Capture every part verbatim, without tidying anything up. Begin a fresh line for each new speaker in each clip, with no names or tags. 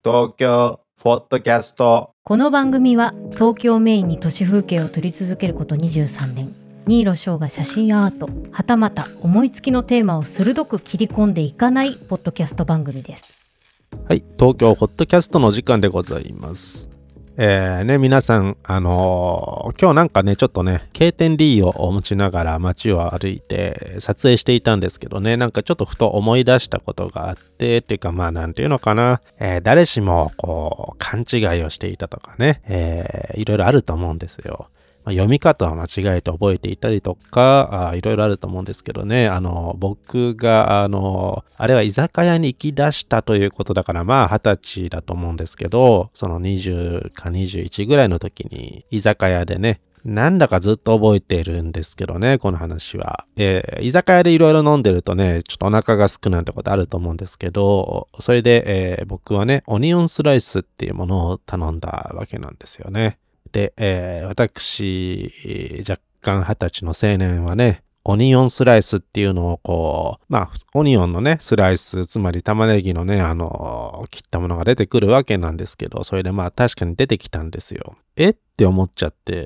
東京ポッドキャスト。
この番組は東京をメインに都市風景を撮り続けることにじゅうさんねん、新納翔が写真アートはたまた思いつきのテーマを鋭く切り込んでいかないポッドキャスト番組です。
はい、東京ポッドキャストの時間でございます。えーね、皆さん、あのー、今日なんかね、ちょっとね、ケーテン D を持ちながら街を歩いて撮影していたんですけどね、なんかちょっとふと思い出したことがあって、っていうかまあなんていうのかな、えー、誰しもこう、勘違いをしていたとかね、えー、いろいろあると思うんですよ。まあ、読み方を間違えて覚えていたりとか、あいろいろあると思うんですけどね、あの、僕が、あの、あれは居酒屋に行き出したということだから、まあ、二十歳だと思うんですけど、そのにじゅうかにじゅういちぐらいの時に、居酒屋でね、なんだかずっと覚えているんですけどね、この話は。えー、居酒屋でいろいろ飲んでるとね、ちょっとお腹がすくなんてことあると思うんですけど、それで、えー、僕はね、オニオンスライスっていうものを頼んだわけなんですよね。で、えー、私、若干二十歳の青年はね、オニオンスライスっていうのをこう、まあ、オニオンのね、スライス、つまり玉ねぎのね、あの、切ったものが出てくるわけなんですけど、それでまあ確かに出てきたんですよ。えって思っちゃって、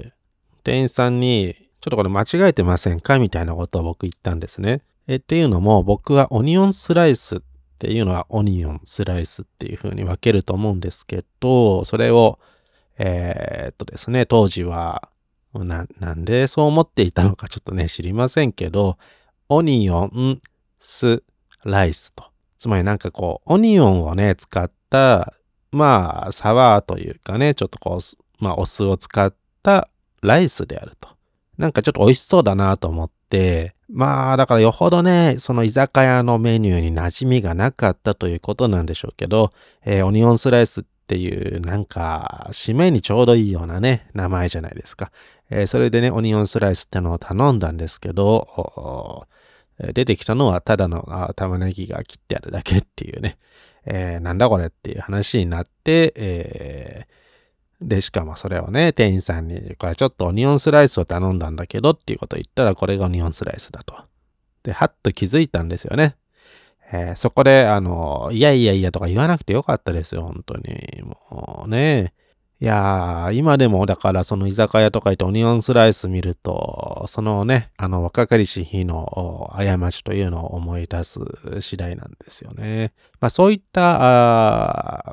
店員さんに、ちょっとこれ間違えてませんかみたいなことを僕言ったんですね。え、っていうのも、僕はオニオンスライスっていうのはオニオンスライスっていう風に分けると思うんですけど、それを、えー、っとですね、当時はな、なんでそう思っていたのかちょっとね、知りませんけど、オニオンスライスと。つまりなんかこう、オニオンをね、使った、まあ、サワーというかね、ちょっとこう、まあ、お酢を使ったライスであると。なんかちょっと美味しそうだなと思って、まあ、だからよほどね、その居酒屋のメニューに馴染みがなかったということなんでしょうけど、えー、オニオンスライスってっていうなんか締めにちょうどいいようなね名前じゃないですか、えー、それでねオニオンスライスってのを頼んだんですけど、出てきたのはただの玉ねぎが切ってあるだけっていうね、えー、なんだこれっていう話になって、えー、でしかもそれをね店員さんにこれちょっとオニオンスライスを頼んだんだけどっていうことを言ったらこれがオニオンスライスだと。ではっと気づいたんですよね。えー、そこで、あの、いやいやいやとか言わなくてよかったですよ、本当に。もうね。いやー、今でもだからその居酒屋とか行ってオニオンスライス見ると、そのね、あの若かりし日の過ちというのを思い出す次第なんですよね。まあそういった、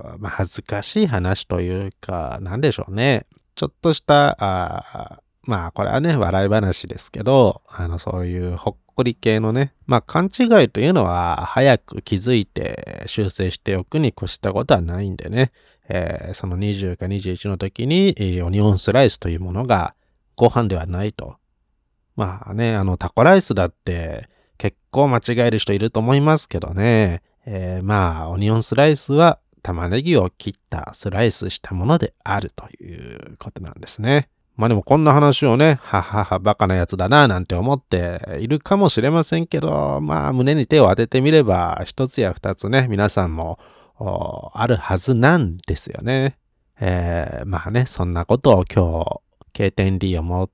あまあ、恥ずかしい話というか、なんでしょうね。ちょっとした、あまあこれはね、笑い話ですけど、あのそういうほっこり系のね、まあ勘違いというのは早く気づいて修正しておくに越したことはないんでね、えー、そのにじゅうかにじゅういちの時に、えー、オニオンスライスというものがご飯ではないと。まあね、あのタコライスだって結構間違える人いると思いますけどね、えー、まあオニオンスライスは玉ねぎを切ったスライスしたものであるということなんですね。まあでもこんな話をね、はははバカなやつだななんて思っているかもしれませんけど、まあ胸に手を当ててみれば一つや二つね、皆さんもあるはずなんですよね。えー、まあね、そんなことを今日、ケーテン D を持って、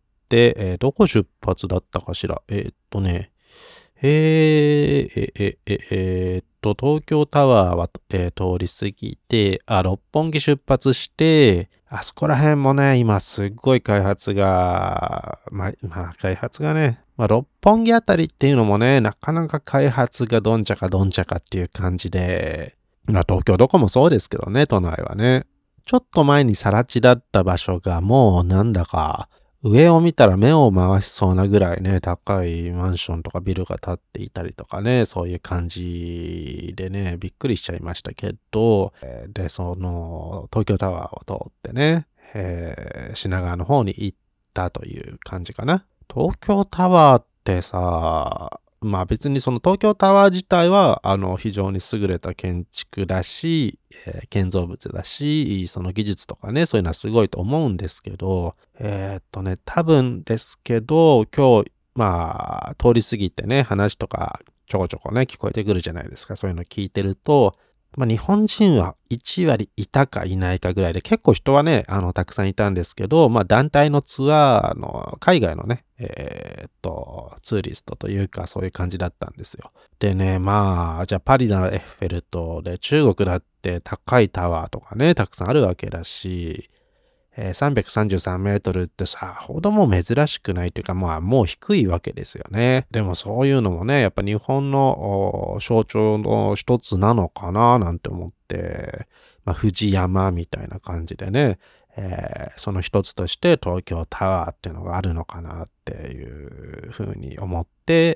えー、どこ出発だったかしら。えー、っとね、えー、え、え、え、えー、っと、東京タワーは、えー、通り過ぎて、あ、六本木出発して、あそこら辺もね、今すっごい開発が、まあ、まあ、開発がね、まあ、六本木あたりっていうのもね、なかなか開発がどんちゃかどんちゃかっていう感じで、まあ、東京どこもそうですけどね、都内はね。ちょっと前に更地だった場所がもうなんだか、上を見たら目を回しそうなぐらいね、高いマンションとかビルが建っていたりとかね、そういう感じでね、びっくりしちゃいましたけど、で、その、東京タワーを通ってね、えー、品川の方に行ったという感じかな。東京タワーってさ、まあ別にその東京タワー自体はあの非常に優れた建築だし、えー、建造物だし、その技術とかね、そういうのはすごいと思うんですけど、えー、っとね、多分ですけど、今日、まあ通り過ぎてね、話とかちょこちょこね、聞こえてくるじゃないですか。そういうの聞いてると、まあ、日本人はいち割いたかいないかぐらいで、結構人はね、あの、たくさんいたんですけど、まあ、団体のツアーの、海外のね、えー、っと、ツーリストというか、そういう感じだったんですよ。でね、まあ、じゃあパリならエッフェル塔で、中国だっって高いタワーとかね、たくさんあるわけだし、えー、さんびゃくさんじゅうさんメートルってさほども珍しくないというか、まあもう低いわけですよね。でもそういうのもね、やっぱ日本の象徴の一つなのかななんて思って、まあ、富士山みたいな感じでね、えー、その一つとして東京タワーっていうのがあるのかなっていうふうに思って、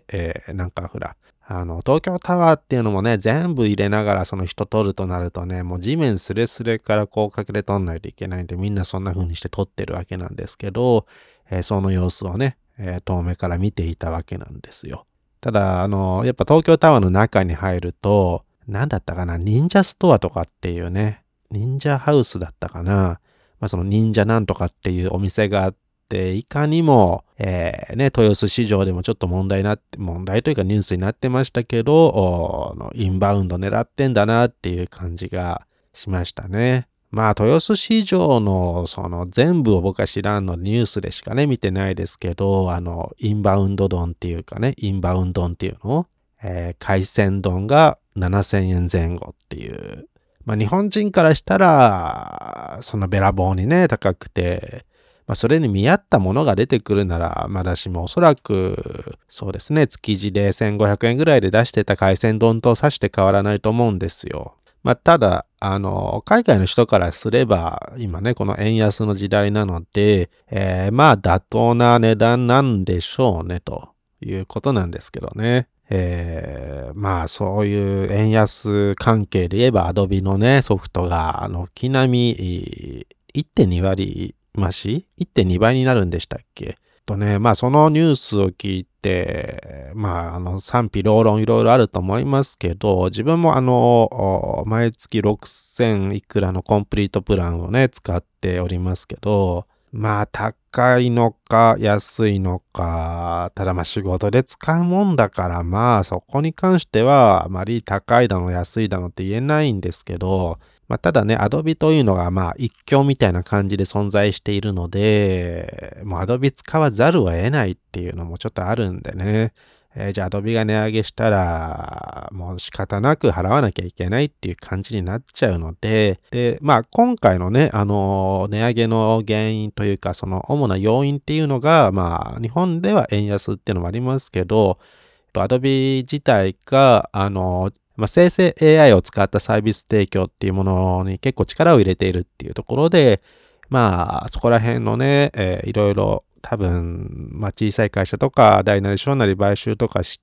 えー、なんかほら、あの、東京タワーっていうのもね、全部入れながらその人撮るとなるとね、もう地面スレスレから広角で撮んないといけないんで、みんなそんな風にして撮ってるわけなんですけど、えー、その様子をね、えー、遠目から見ていたわけなんですよ。ただ、あの、やっぱ東京タワーの中に入ると、なんだったかな、忍者ストアとかっていうね、忍者ハウスだったかな、まあ、その忍者なんとかっていうお店があって、いかにも、えー、ね、豊洲市場でもちょっと問題になって、問題というかニュースになってましたけど、インバウンド狙ってんだなっていう感じがしましたね。まあ、豊洲市場のその全部を僕は知らんのニュースでしかね、見てないですけど、あの、インバウンド丼っていうかね、インバウンド丼っていうの、えー、海鮮丼がななせんえん前後っていう、まあ日本人からしたら、そのべらぼうにね、高くて、まあそれに見合ったものが出てくるなら、まだしもおそらく、そうですね、築地でせんごひゃくえんぐらいで出してた海鮮丼とさして変わらないと思うんですよ。まあただ、あの、海外の人からすれば、今ね、この円安の時代なので、えー、まあ妥当な値段なんでしょうね、ということなんですけどね。えー、まあそういう円安関係で言えば Adobe のねソフトが軒並み いってんに 割増し いってんに 倍になるんでしたっけとね、まあそのニュースを聞いて、まああの賛否両論いろいろあると思いますけど、自分もあの毎月ろくせんいくらのコンプリートプランをね使っておりますけど、まあ高いのか安いのか、ただまあ仕事で使うもんだからまあそこに関してはあまり高いだの安いだのって言えないんですけど、まあただね Adobe というのがまあ一強みたいな感じで存在しているので、もう Adobe 使わざるを得ないっていうのもちょっとあるんでね。えー、じゃあ Adobe が値上げしたら、もう仕方なく払わなきゃいけないっていう感じになっちゃうので、で、まあ今回のね、あのー、値上げの原因というか、その主な要因っていうのが、まあ日本では円安っていうのもありますけど、Adobe 自体が、あのー、まあ、生成 エーアイ を使ったサービス提供っていうものに結構力を入れているっていうところで、まあそこら辺のね、えー、いろいろ多分、まあ小さい会社とか大なり小なり買収とかして、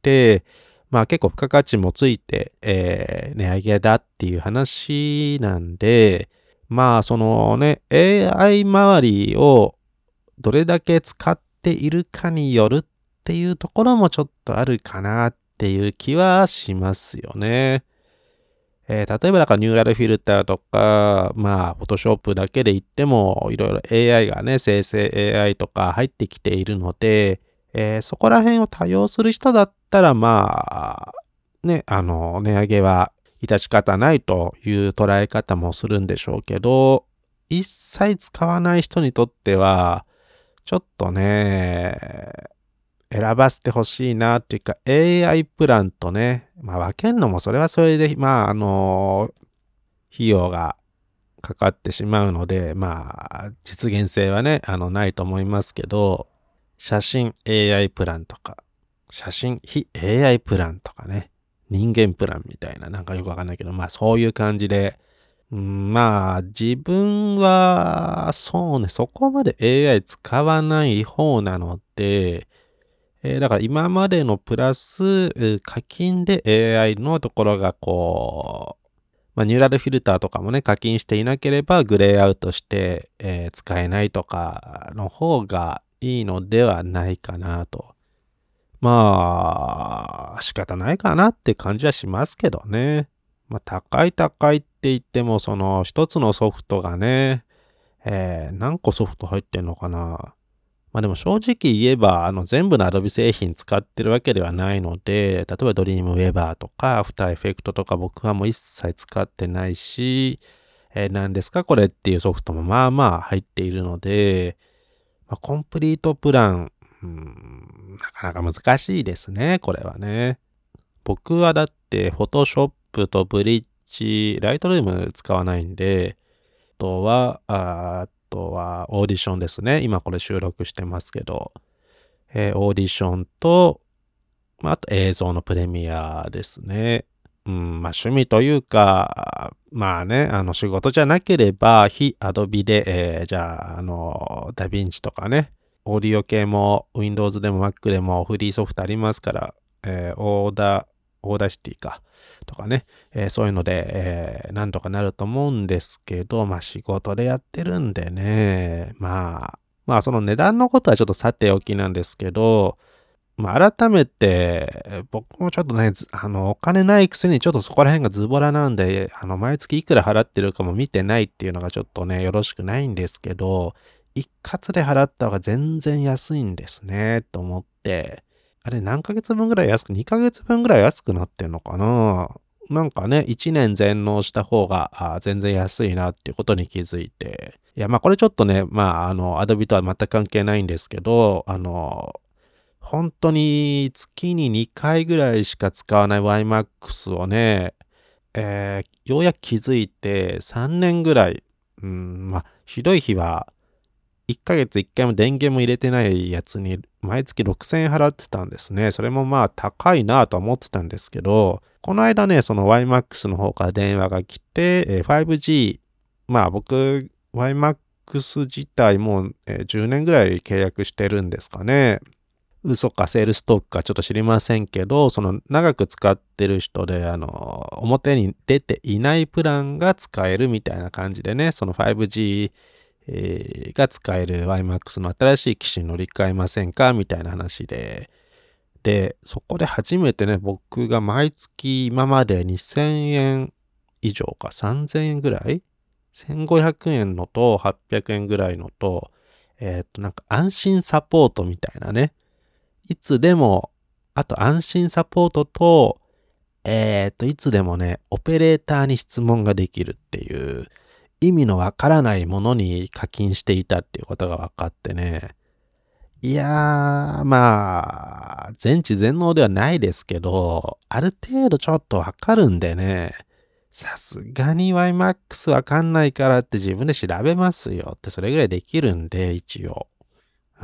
まあ結構付加価値もついて、えー、値上げだっていう話なんで、まあそのね、エーアイ 周りをどれだけ使っているかによるっていうところもちょっとあるかなっていう気はしますよね。えー、例えばだからニューラルフィルターとか、まあ、フォトショップだけで言っても、いろいろ エーアイ がね、生成 エーアイ とか入ってきているので、えー、そこら辺を多用する人だったら、まあ、ね、あの、値上げは致し方ないという捉え方もするんでしょうけど、一切使わない人にとっては、ちょっとね、選ばせてほしいなっていうか エーアイ プランとね、まあ分けんのもそれはそれで、まああの、費用がかかってしまうので、まあ実現性はね、あのないと思いますけど、写真 エーアイ プランとか、写真非 エーアイ プランとかね、人間プランみたいな、なんかよくわかんないけど、まあそういう感じで、うん、まあ自分はそうね、そこまで エーアイ 使わない方なので、えー、だから今までのプラス課金で エーアイ のところがこう、まあ、ニューラルフィルターとかもね、課金していなければグレーアウトして、えー、使えないとかの方がいいのではないかなと。まあ、仕方ないかなって感じはしますけどね。まあ、高い高いって言っても、その一つのソフトがね、えー、何個ソフト入ってんのかな。まあでも正直言えば、あの全部の Adobe 製品使ってるわけではないので、例えば Dreamweaver とか After Effects とか僕はもう一切使ってないし、えー、何ですかこれっていうソフトもまあまあ入っているので、まあ、コンプリートプラン、うーん、なかなか難しいですね、これはね。僕はだって Photoshop と Bridge ちライトルーム使わないんで、あとは、あとはオーディションですね。今これ収録してますけど、えー、オーディションと、まあ、あと映像のプレミアですね。うん、まあ趣味というか、まあね、あの仕事じゃなければ、非アドビで、えー、じゃあ、あの、ダヴィンチとかね、オーディオ系も Windows でも Mac でもフリーソフトありますから、えー、オーダー、オーダーシティか、とかね、えー、そういうので、えー、なんとかなると思うんですけど、まあ仕事でやってるんでね、まあ、まあその値段のことはちょっとさておきなんですけど、まあ、改めて、僕もちょっとね、あの、お金ないくせにちょっとそこら辺がズボラなんで、あの、毎月いくら払ってるかも見てないっていうのがちょっとね、よろしくないんですけど、一括で払った方が全然安いんですね、と思って、あれ何ヶ月分ぐらい安く、にかげつぶんぐらい安くなってんのかな。なんかね、いちねん全納した方が全然安いなっていうことに気づいて、いや、まあこれちょっとね、まあ、あの、Adobe とは全く関係ないんですけど、あの、本当に月ににかいぐらいしか使わない YMAX をね、えー、ようやく気づいてさんねんぐらい、うん、まあ、ひどい日はいっかげついっかいも電源も入れてないやつに毎月ろくせんえん払ってたんですね。それもまあ高いなと思ってたんですけど、この間ね、その YMAX の方から電話が来て、えー、ファイブジー、まあ僕、YMAX 自体もう、えー、じゅうねんぐらい契約してるんですかね。嘘かセールストークかちょっと知りませんけど、その長く使ってる人で、あの、表に出ていないプランが使えるみたいな感じでね、その ファイブジー、えー、が使える YMAX の新しい機種に乗り換えませんかみたいな話で、で、そこで初めてね、僕が毎月今までにせんえん以上かさんぜんえんぐらい ?せんごひゃくえんのとはっぴゃくえんぐらいのと、えっと、なんか安心サポートみたいなね、いつでも、あと安心サポートと、えっと、いつでもね、オペレーターに質問ができるっていう、意味のわからないものに課金していたっていうことが分かってね。いやー、まあ、全知全能ではないですけど、ある程度ちょっとわかるんでね、さすがに YMAX わかんないからって自分で調べますよってそれぐらいできるんで、一応。うん、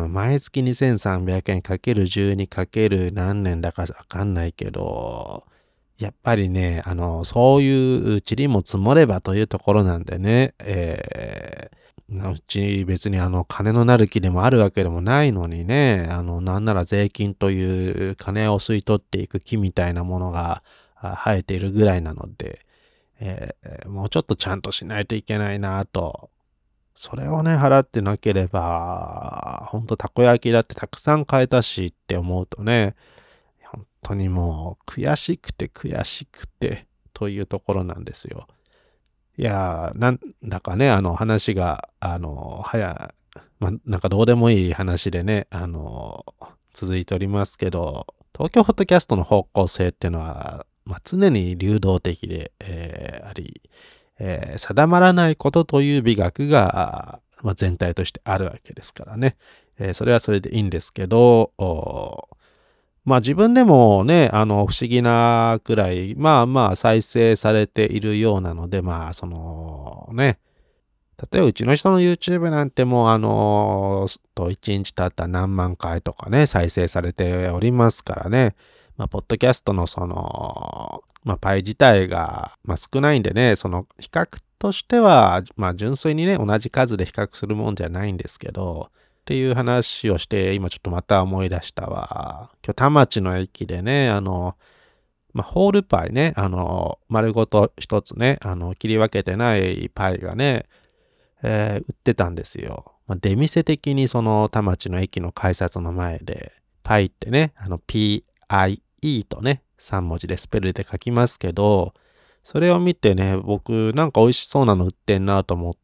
毎月にせんさんびゃくえんかけるじゅうにかける何年だかわかんないけど、やっぱりね、あの、そういう塵も積もればというところなんでね、えー、うち別にあの、金のなる木でもあるわけでもないのにね、あの、なんなら税金という金を吸い取っていく木みたいなものが生えているぐらいなので、えー、もうちょっとちゃんとしないといけないなと。それをね、払ってなければ、ほんとたこ焼きだってたくさん買えたしって思うとね、本当にもう悔しくて悔しくてというところなんですよ。いやー、なんだかね、あの話が、あの、はや、ま、なんかどうでもいい話でね、あの、続いておりますけど、東京ホットキャストの方向性っていうのは、まあ、常に流動的で、えーあり、えー定まらないことという美学が、まあ、全体としてあるわけですからね。えーそれはそれでいいんですけど、まあ自分でもね、あの、不思議なくらい、まあまあ再生されているようなので、まあそのね、例えばうちの人の YouTube なんてもうあの、といちにち経ったら何万回とかね、再生されておりますからね。まあ、ポッドキャストのその、まあ、パイ自体が、まあ、少ないんでね、その比較としては、まあ、純粋にね、同じ数で比較するもんじゃないんですけど、っていう話をして、今ちょっとまた思い出したわ。今日田町の駅でね、あの、まあ、ホールパイね、あの、丸ごと一つね、あの、切り分けてないパイがね、えー売ってたんですよ。まあ、出店的にその田町の駅の改札の前で、パイってね、あの ピーアイイー とね、さん文字でスペルで書きますけど、それを見てね、僕なんか美味しそうなの売ってんなと思って、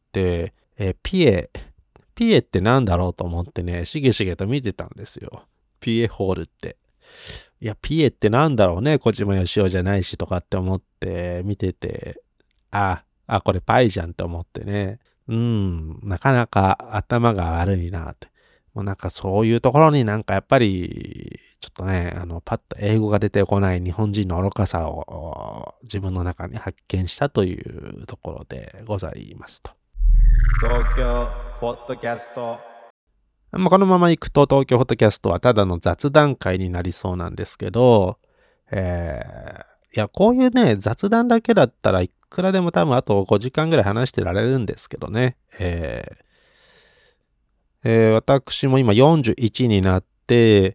えーピエ、ピエってなんだろうと思ってね、しげしげと見てたんですよ。ピエホールって。いや、ピエってなんだろうね、小島よしおじゃないしとかって思って見てて、あ、あ、これパイじゃんって思ってね。うん、なかなか頭が悪いなって。もうなんかそういうところになんかやっぱりちょっとね、あの、パッと英語が出てこない日本人の愚かさを自分の中に発見したというところでございますと。
東京ポッドキャスト。
まあ、このまま行くと東京ポッドキャストはただの雑談会になりそうなんですけど、えー、いや、こういうね、雑談だけだったらいくらでも多分あとごじかんぐらい話してられるんですけどね。えーえー、私も今よんじゅういちになって、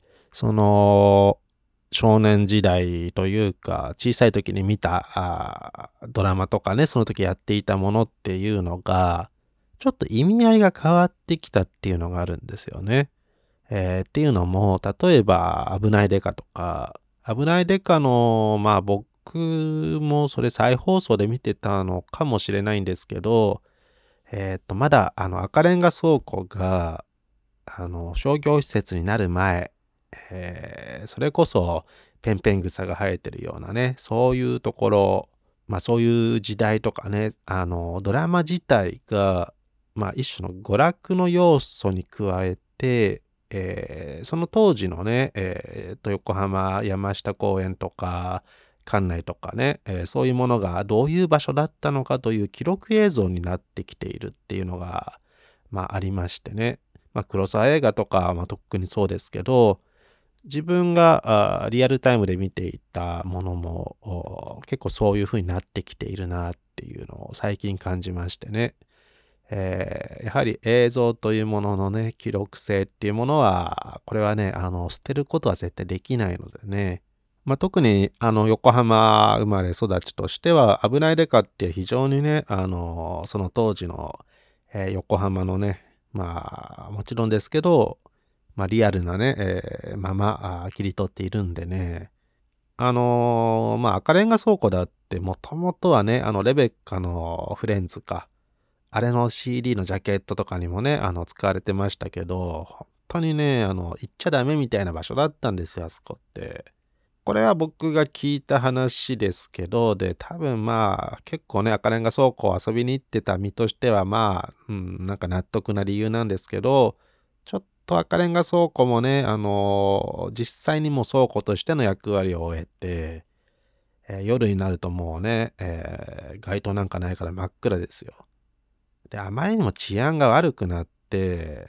その、少年時代というか、小さい時に見たあドラマとかね、その時やっていたものっていうのが、ちょっと意味合いが変わってきたっていうのがあるんですよね。えー、っていうのも、例えば、危ないデカとか、危ないデカの、まあ僕もそれ再放送で見てたのかもしれないんですけど、えっと、まだ、あの、赤レンガ倉庫が、あの、商業施設になる前、えーそれこそ、ペンペン草が生えてるようなね、そういうところ、まあそういう時代とかね、あの、ドラマ自体が、まあ一種の娯楽の要素に加えて、えーその当時のね、えーと、横浜山下公園とか、館内とかね、えーそういうものがどういう場所だったのかという記録映像になってきているっていうのが、まあありましてね。まあ黒沢映画とか、まあ、とっくにそうですけど、自分があリアルタイムで見ていたものもお結構そういう風になってきているなっていうのを最近感じましてね。えーやはり映像というもののね、記録性っていうものは、これはね、あの、捨てることは絶対できないのでね。まあ、特に、あの、横浜生まれ育ちとしては、危ないデカって非常にね、あの、その当時の、えー横浜のね、まあ、もちろんですけど、まあ、リアルなね、えーままあ切り取っているんでね。あのーまあ、赤レンガ倉庫だって、もともとはね、あの、レベッカのフレンズか、あれの シーディー のジャケットとかにもね、あの、使われてましたけど、本当にね、あの、行っちゃダメみたいな場所だったんですよ、あそこって。これは僕が聞いた話ですけど、で、多分まあ、結構ね、赤レンガ倉庫遊びに行ってた身としては、まあ、うん、なんか納得な理由なんですけど、ちょっと赤レンガ倉庫もね、あの実際にもう倉庫としての役割を終えて、えー夜になるともうね、えー街灯なんかないから真っ暗ですよ。で、あまりにも治安が悪くなって、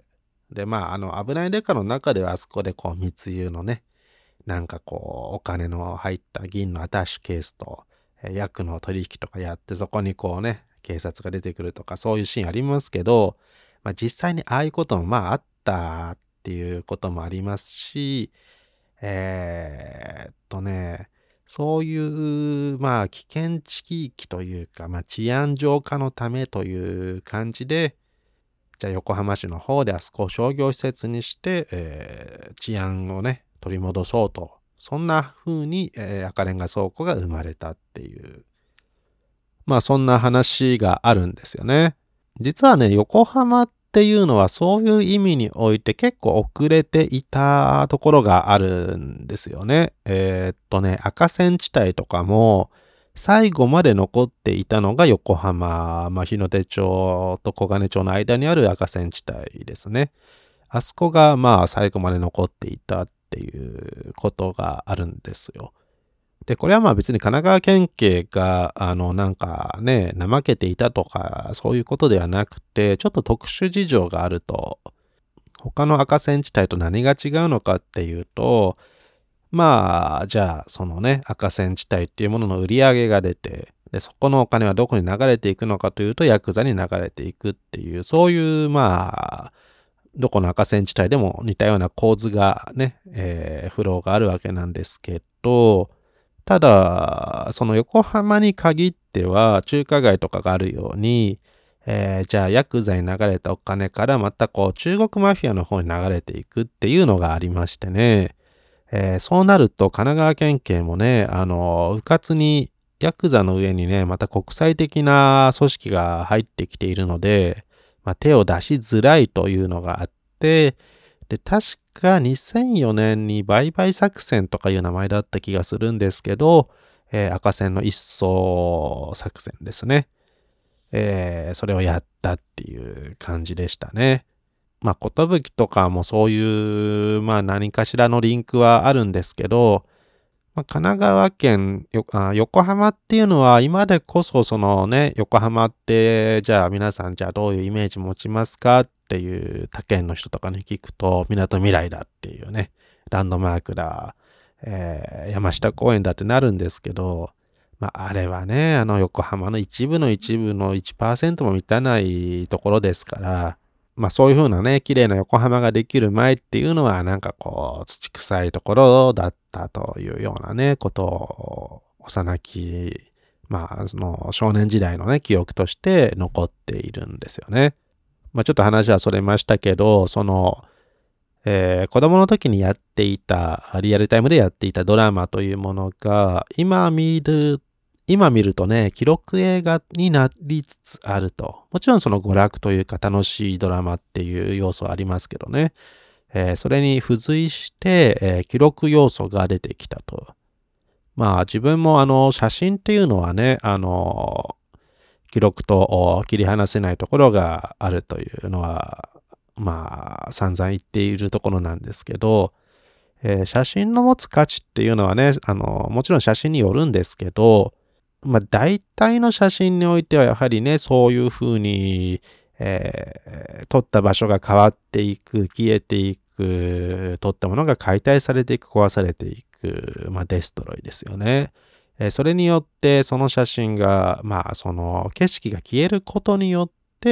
で、まあ、あの、危ないデカの中ではあそこでこう密輸のね、なんかこう、お金の入った銀のアタッシュケースと、えー薬の取引とかやって、そこにこうね、警察が出てくるとか、そういうシーンありますけど、まあ実際にああいうこともまああったっていうこともありますし、えーっとね、そういう、まあ危険地域というか、まあ治安浄化のためという感じで、じゃあ横浜市の方であそこを商業施設にして、えー治安をね、取り戻そうと。そんな風に、えー赤レンガ倉庫が生まれたっていう、まあそんな話があるんですよね。実はね、横浜っていうのはそういう意味において結構遅れていたところがあるんですよね。えーっとね、赤線地帯とかも最後まで残っていたのが横浜、まあ、日の出町と小金町の間にある赤線地帯ですね。あそこがまあ最後まで残っていたっていうことがあるんですよ。で、これはまあ別に神奈川県警が、あの、なんかね、怠けていたとか、そういうことではなくて、ちょっと特殊事情があると、他の赤線地帯と何が違うのかっていうと、まあ、じゃあ、そのね、赤線地帯っていうものの売り上げが出て、で、そこのお金はどこに流れていくのかというと、ヤクザに流れていくっていう、そういう、まあ、どこの赤線地帯でも似たような構図がね、えーフローがあるわけなんですけど、ただ、その横浜に限っては、中華街とかがあるように、えーじゃあ、ヤクザに流れたお金からまたこう、中国マフィアの方に流れていくっていうのがありましてね、えーそうなると神奈川県警もね、あの、迂闊にヤクザの上にね、また国際的な組織が入ってきているので、まあ、手を出しづらいというのがあって、で、確かにせんよねんに売買作戦とかいう名前だった気がするんですけど、えー赤線の一掃作戦ですね。えーそれをやったっていう感じでしたね。 まあ、ことぶきとかもそういう、まあ、何かしらのリンクはあるんですけど、まあ、神奈川県よあ横浜っていうのは今でこそそのね、横浜ってじゃあ皆さんじゃあどういうイメージ持ちますかっていう他県の人とかに聞くと、みなとみらいだっていうね、ランドマークだ、えー山下公園だってなるんですけど、まあ、あれはね、あの横浜の一部の一部のいちパーセントも満たないところですから、まあそういう風なね、綺麗な横浜ができる前っていうのはなんかこう土臭いところだったというようなね、ことを幼き、まあその少年時代のね、記憶として残っているんですよね。まあちょっと話はそれましたけど、その、えー子供の時にやっていた、リアルタイムでやっていたドラマというものが、今見る今見るとね、記録映画になりつつあると。もちろんその娯楽というか楽しいドラマっていう要素はありますけどね。えーそれに付随して、えー記録要素が出てきたと。まあ自分もあの写真っていうのはね、あの記録とお切り離せないところがあるというのは、まあ散々言っているところなんですけど、えー写真の持つ価値っていうのはね、あのもちろん写真によるんですけど、まあ、大体の写真においてはやはりね、そういうふうに、えー撮った場所が変わっていく、消えていく、撮ったものが解体されていく、壊されていく、まあ、デストロイですよね。えーそれによって、その写真が、まあ、その景色が消えることによって、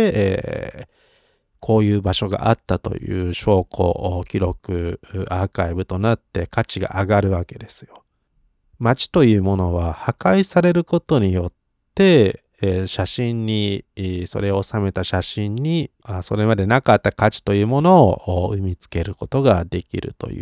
えーこういう場所があったという証拠、記録、アーカイブとなって価値が上がるわけですよ。街というものは破壊されることによって、えー写真に、えーそれを収めた写真にあ、それまでなかった価値というものを生みつけることができるという、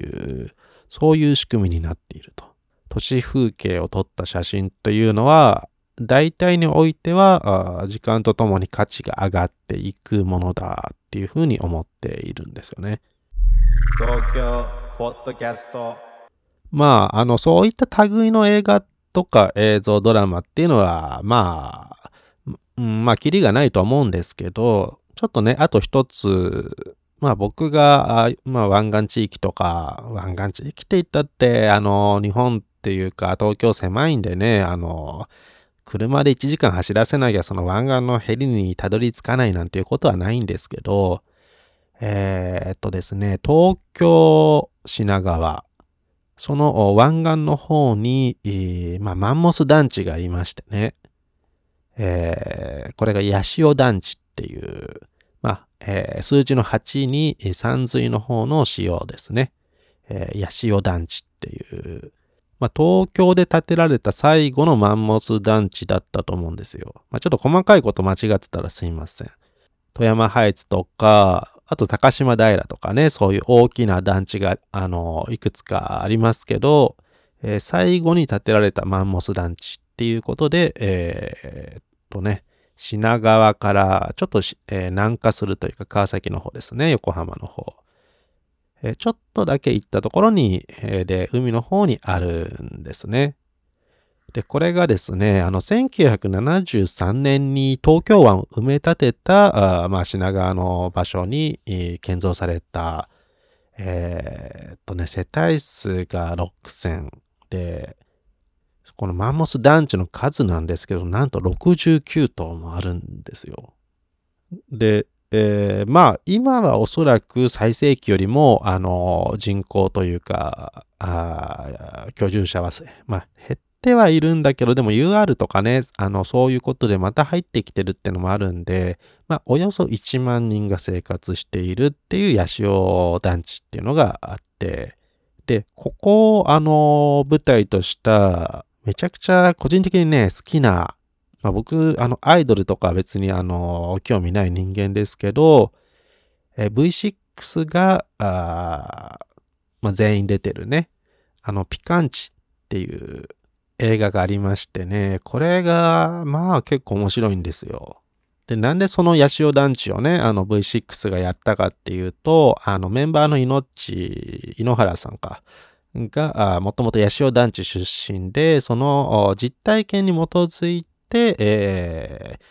そういう仕組みになっていると。都市風景を撮った写真というのは、大体においては、あ時間とともに価値が上がっていくものだっていうふうに思っているんですよね。
東京ポッドキャスト
まあ、あの、そういった類の映画とか映像ドラマっていうのは、まあ、うんまあ、キリがないと思うんですけど、ちょっとね、あと一つ、まあ僕が、あまあ湾岸地域とか、湾岸地域って言ったって、あの、日本っていうか東京狭いんでね、あの、車でいちじかん走らせなきゃその湾岸のヘリにたどり着かないなんていうことはないんですけど、えーっとですね、東京、品川、そのお湾岸の方に、えーまあ、マンモス団地がありましてね、えーこれが八潮団地っていう、まあ、えー数字のはちにえー山水の方の潮ですね。えー八潮団地っていう、まあ、東京で建てられた最後のマンモス団地だったと思うんですよ。まあ、ちょっと細かいこと間違ってたらすいません。富山ハイツとか、あと高島平とかね、そういう大きな団地が、あの、いくつかありますけど、えー最後に建てられたマンモス団地っていうことで、えーっとね、品川からちょっとし、えー南下するというか川崎の方ですね、横浜の方。えーちょっとだけ行ったところに、えーで、海の方にあるんですね。で、これがですね、あの、せんきゅうひゃくななじゅうさんねんに東京湾を埋め立てた、あーまあ、品川の場所に、えー建造された、えーっとね、世帯数がろくせんで、このマンモス団地の数なんですけど、なんとろくじゅうきゅう棟もあるんですよ。で、えーまあ、今はおそらく最盛期よりも、あの、人口というか、あー居住者は、まあ、減ってはいるんだけど、でも ユーアール とかね、あの、そういうことでまた入ってきてるってのもあるんで、まあ、およそいちまん人が生活しているっていう八潮団地っていうのがあって、で、ここを、あの、舞台とした、めちゃくちゃ個人的にね、好きな、まあ、僕、あの、アイドルとかは別に、あの、興味ない人間ですけど、えー ブイシックス が、あーまあ、全員出てるね、あの、ピカンチっていう映画がありましてね、これが、まあ結構面白いんですよ。で、なんでその八潮団地をね、あの ブイシックス がやったかっていうと、あのメンバーのいのっち、井ノ原さんか、が、もともと八潮団地出身で、そのお実体験に基づいて、えー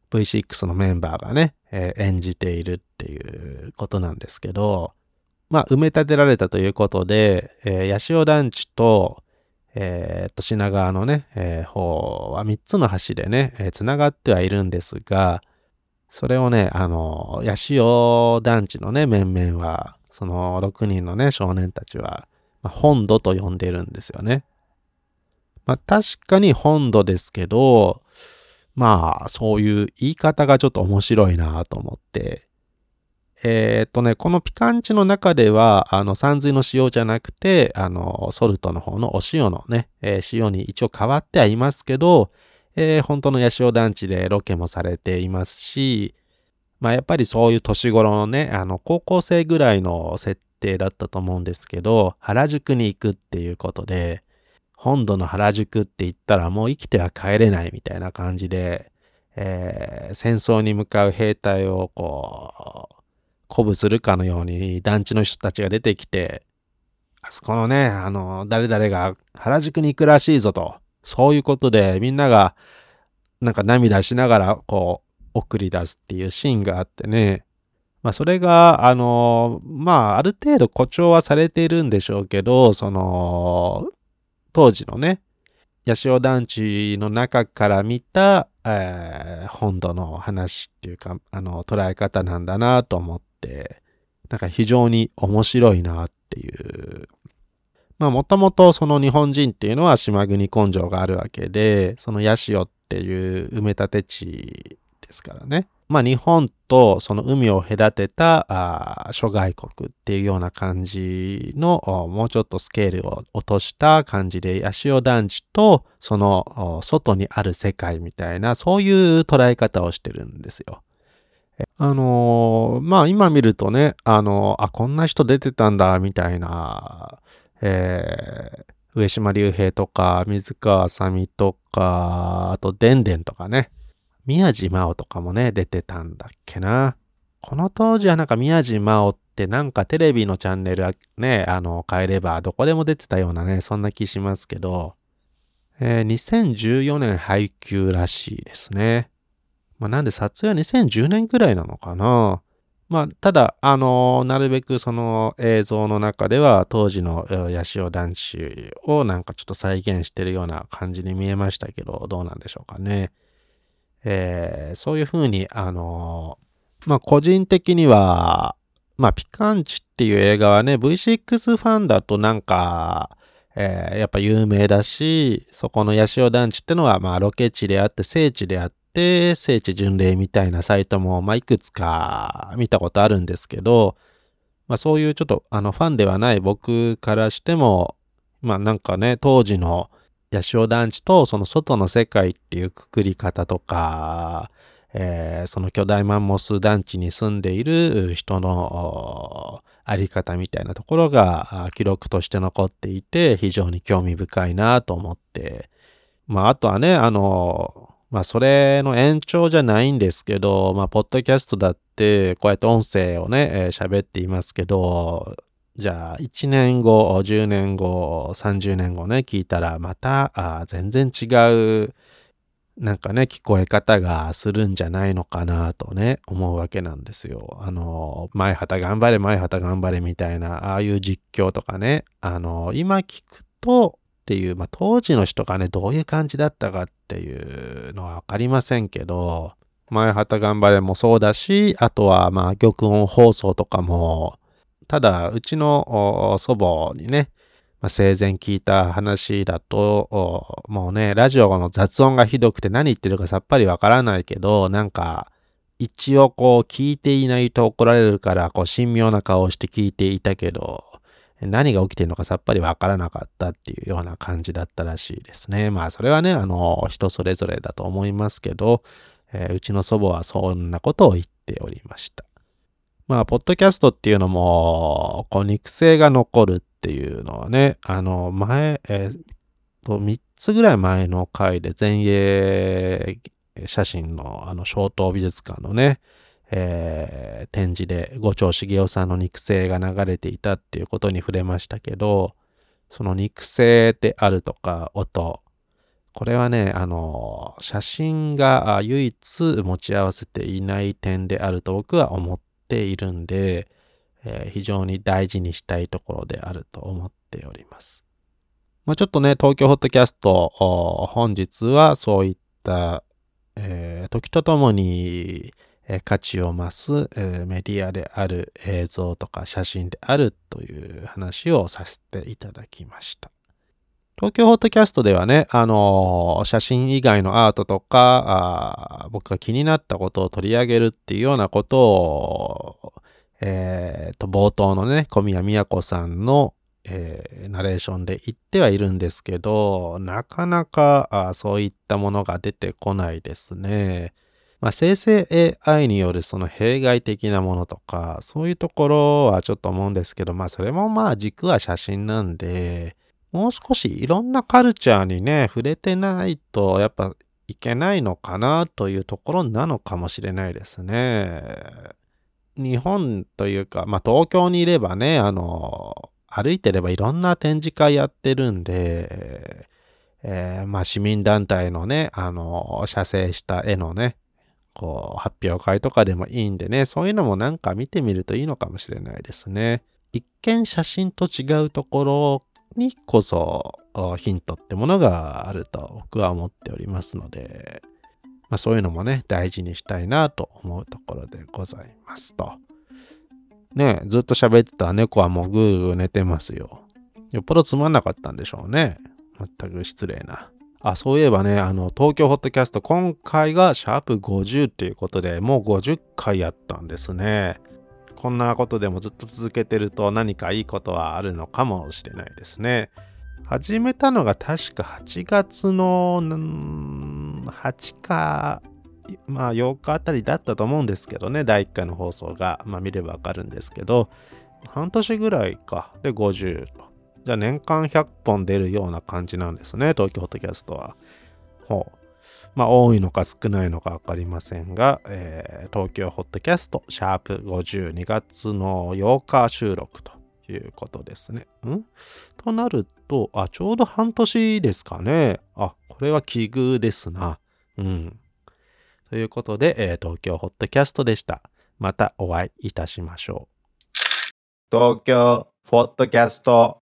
ブイシックス のメンバーがね、えー演じているっていうことなんですけど、まあ、埋め立てられたということで、えー、八潮団地と、えー、と品川のね、えー、方はみっつの橋でね、えー、つながってはいるんですが、それをね、あの、八潮団地のね、面々は、そのろくにんのね、少年たちは、まあ、本土と呼んでるんですよね。まあ、確かに本土ですけど、まあ、そういう言い方がちょっと面白いなと思って、えーっとね、このピカンチの中では、あの、山水の塩じゃなくて、あの、ソルトの方のお塩のね、えー塩に一応変わってはいますけど、えー本当の八潮団地でロケもされていますし、まあやっぱりそういう年頃のね、あの、高校生ぐらいの設定だったと思うんですけど、原宿に行くっていうことで、本土の原宿って言ったらもう生きては帰れないみたいな感じで、えー戦争に向かう兵隊をこう、鼓舞するかのように団地の人たちが出てきて、あそこのね、あの、誰々が原宿に行くらしいぞと、そういうことでみんながなんか涙しながらこう送り出すっていうシーンがあってね、まあそれが、あの、まあある程度誇張はされているんでしょうけど、その、当時のね、八潮団地の中から見た、えー本土の話っていうか、あの、捉え方なんだなと思って、なんか非常に面白いなっていう。まあもともとその日本人っていうのは島国根性があるわけで、その八潮っていう埋め立て地ですからね。まあ日本とその海を隔てたあ諸外国っていうような感じのおもうちょっとスケールを落とした感じで八潮団地とそのお外にある世界みたいなそういう捉え方をしてるんですよ。えあのーまあ今見るとね、あのーあ、こんな人出てたんだみたいな、えー上島竜兵とか水川あさみとか、あとでんでんとかね、宮地真央とかもね、出てたんだっけな。この当時はなんか宮地真央ってなんかテレビのチャンネルね、あの、変えればどこでも出てたようなね、そんな気しますけど、えーにせんじゅうよねん配給らしいですね。まあ、なんで撮影はにせんじゅうねんくらいなのかな。まあ、ただ、あのーなるべくその映像の中では当時のえー八潮団地をなんかちょっと再現してるような感じに見えましたけど、どうなんでしょうかね。えーそういうふうに、あのーまあ個人的には、まあピカンチっていう映画はね、ブイシックス ファンだとなんか、えーやっぱ有名だし、そこの八潮団地ってのはまあロケ地であって聖地であって、聖地巡礼みたいなサイトもまあいくつか見たことあるんですけど、まあそういうちょっとあのファンではない僕からしても、まあなんかね、当時の八潮団地とその外の世界っていうくくり方とか、えーその巨大マンモス団地に住んでいる人のあり方みたいなところが記録として残っていて非常に興味深いなと思って、まああとはね、あの、まあそれの延長じゃないんですけど、まあポッドキャストだってこうやって音声をね、えー喋っていますけど、じゃあいちねんご、じゅうねんご、さんじゅうねんごね、聞いたらまたあ全然違うなんかね、聞こえ方がするんじゃないのかなとね、思うわけなんですよ。あの、前畑頑張れ、前畑頑張れみたいな、ああいう実況とかね、あの、今聞くとっていう、まあ当時の人がね、どういう感じだったかっていうのはわかりませんけど、前畑頑張れもそうだし、あとはまあ玉音放送とかも、ただ、うちのお祖母にね、まあ、生前聞いた話だと、おもうね、ラジオの雑音がひどくて何言ってるかさっぱりわからないけど、なんか、一応こう聞いていないと怒られるから、こう神妙な顔をして聞いていたけど、何が起きてるのかさっぱりわからなかったっていうような感じだったらしいですね。まあそれはね、あの、人それぞれだと思いますけど、えーうちの祖母はそんなことを言っておりました。まあ、ポッドキャストっていうのも、こう、肉声が残るっていうのはね、あの、前、えーと、みっつぐらい前の回で前衛写真の、あの、小東美術館のね、えー展示で五条茂雄さんの肉声が流れていたっていうことに触れましたけど、その肉声であるとか音、 これはね、あの、写真が唯一持ち合わせていない点であると僕は思っているんで、えー非常に大事にしたいところであると思っております。まあ、ちょっとね、東京ホットキャスト、お本日はそういった、えー時とともに、えー価値を増す、えーメディアである映像とか写真であるという話をさせていただきました。東京ホットキャストではね、あのー写真以外のアートとか、あー僕が気になったことを取り上げるっていうようなことを、えーと、冒頭のね、小宮宮子さんの、えーナレーションで言ってはいるんですけど、なかなかあーそういったものが出てこないですね。まあ、生成 エーアイ によるその弊害的なものとか、そういうところはちょっと思うんですけど、まあ、それもまあ、軸は写真なんで、もう少しいろんなカルチャーにね、触れてないと、やっぱいけないのかなというところなのかもしれないですね。日本というか、まあ東京にいればね、あの、歩いてればいろんな展示会やってるんで、えーまあ市民団体のね、あの、写生した絵のね、こう、発表会とかでもいいんでね、そういうのもなんか見てみるといいのかもしれないですね。一見写真と違うところにこそヒントってものがあると僕は思っておりますので、まあ、そういうのもね、大事にしたいなと思うところでございますと。ねえ、ずっと喋ってたら猫はもうぐーぐー寝てますよ。よっぽどつまんなかったんでしょうね。全く失礼な。あ、そういえばね、あの、東京ホットキャスト、今回がシャープごじゅうっていうことで、もうごじゅっかいやったんですね。こんなことでもずっと続けてると何かいいことはあるのかもしれないですね。始めたのが確かはちがつのはちか、まあようかあたりだったと思うんですけどね、だいいっかいの放送が。まあ見ればわかるんですけど、半年ぐらいか。で、ごじゅうと。じゃあ年間ひゃっぽん出るような感じなんですね、東京ホットキャストは。ほう。まあ多いのか少ないのかわかりませんが、えー東京ホットキャストシャープごじゅうにがつのようか収録ということですね。んとなると、あ、ちょうど半年ですかね。あ、これは奇遇ですな。うん。ということで、えー東京ホットキャストでした。またお会いいたしましょう。
東京ポッドキャスト